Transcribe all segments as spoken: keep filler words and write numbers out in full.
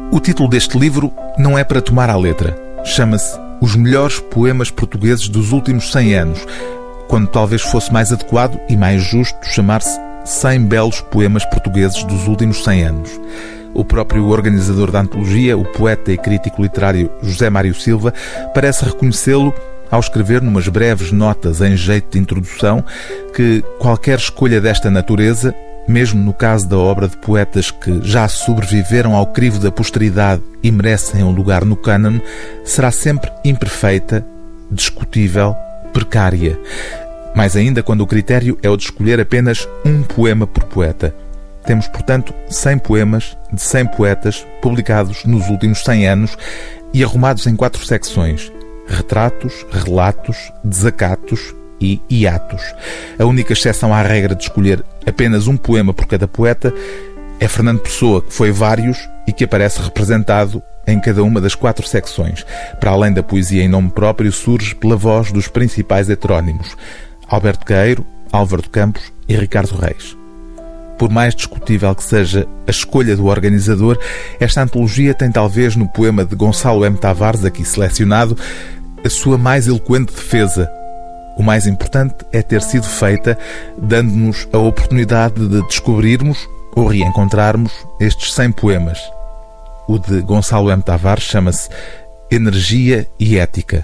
O título deste livro não é para tomar à letra. Chama-se Os Melhores Poemas Portugueses dos Últimos cem anos, quando talvez fosse mais adequado e mais justo chamar-se cem Belos Poemas Portugueses dos Últimos cem anos. O próprio organizador da antologia, o poeta e crítico literário José Mário Silva, parece reconhecê-lo ao escrever numas breves notas em jeito de introdução que qualquer escolha desta natureza, mesmo no caso da obra de poetas que já sobreviveram ao crivo da posteridade e merecem um lugar no cânon, será sempre imperfeita, discutível, precária. Mais ainda quando o critério é o de escolher apenas um poema por poeta. Temos, portanto, cem poemas de cem poetas publicados nos últimos cem anos e arrumados em quatro secções: retratos, relatos, desacatos e hiatos. A única exceção à regra de escolher apenas um poema por cada poeta é Fernando Pessoa, que foi vários e que aparece representado em cada uma das quatro secções. Para além da poesia em nome próprio, surge pela voz dos principais heterónimos: Alberto Queiro, Álvaro de Campos e Ricardo Reis. Por mais discutível que seja a escolha do organizador, esta antologia tem talvez no poema de Gonçalo M. Tavares, aqui selecionado, a sua mais eloquente defesa. O mais importante é ter sido feita, dando-nos a oportunidade de descobrirmos ou reencontrarmos estes cem poemas. O de Gonçalo M. Tavares chama-se Energia e Ética.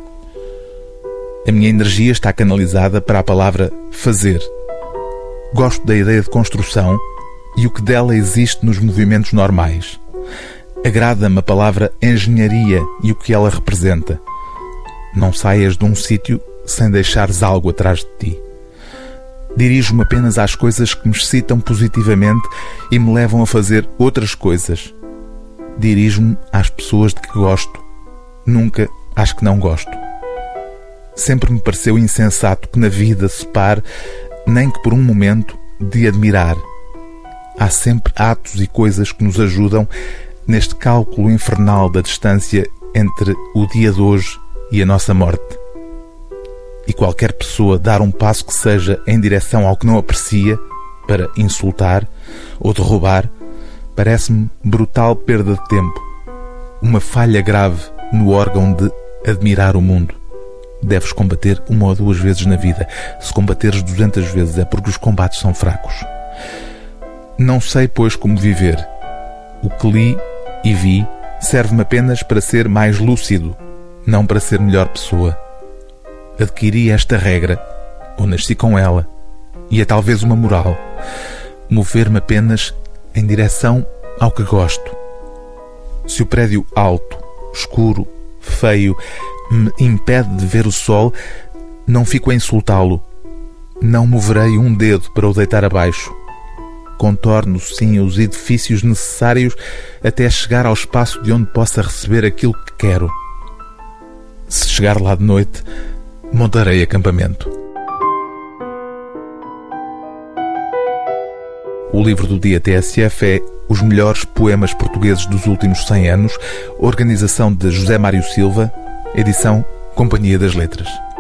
A minha energia está canalizada para a palavra fazer. Gosto da ideia de construção e o que dela existe nos movimentos normais. Agrada-me a palavra engenharia e o que ela representa. Não saias de um sítio sem deixares algo atrás de ti. Dirijo-me apenas às coisas que me excitam positivamente e me levam a fazer outras coisas. Dirijo-me às pessoas de que gosto, nunca às que não gosto. Sempre me pareceu insensato que na vida se pare, nem que por um momento, de admirar. Há sempre atos e coisas que nos ajudam neste cálculo infernal da distância entre o dia de hoje e a nossa morte. E qualquer pessoa dar um passo que seja em direção ao que não aprecia, para insultar ou derrubar, parece-me brutal perda de tempo. Uma falha grave no órgão de admirar o mundo. Deves combater uma ou duas vezes na vida. Se combateres duzentas vezes é porque os combates são fracos. Não sei, pois, como viver. O que li e vi serve-me apenas para ser mais lúcido, não para ser melhor pessoa. Adquiri esta regra, ou nasci com ela, e é talvez uma moral: mover-me apenas em direção ao que gosto. Se o prédio alto, escuro, feio me impede de ver o sol, não fico a insultá-lo. Não moverei um dedo para o deitar abaixo. Contorno, sim, os edifícios necessários até chegar ao espaço de onde possa receber aquilo que quero. Se chegar lá de noite, montarei acampamento. O livro do dia T S F é Os Melhores Poemas Portugueses dos Últimos cem anos, organização de José Mário Silva, edição Companhia das Letras.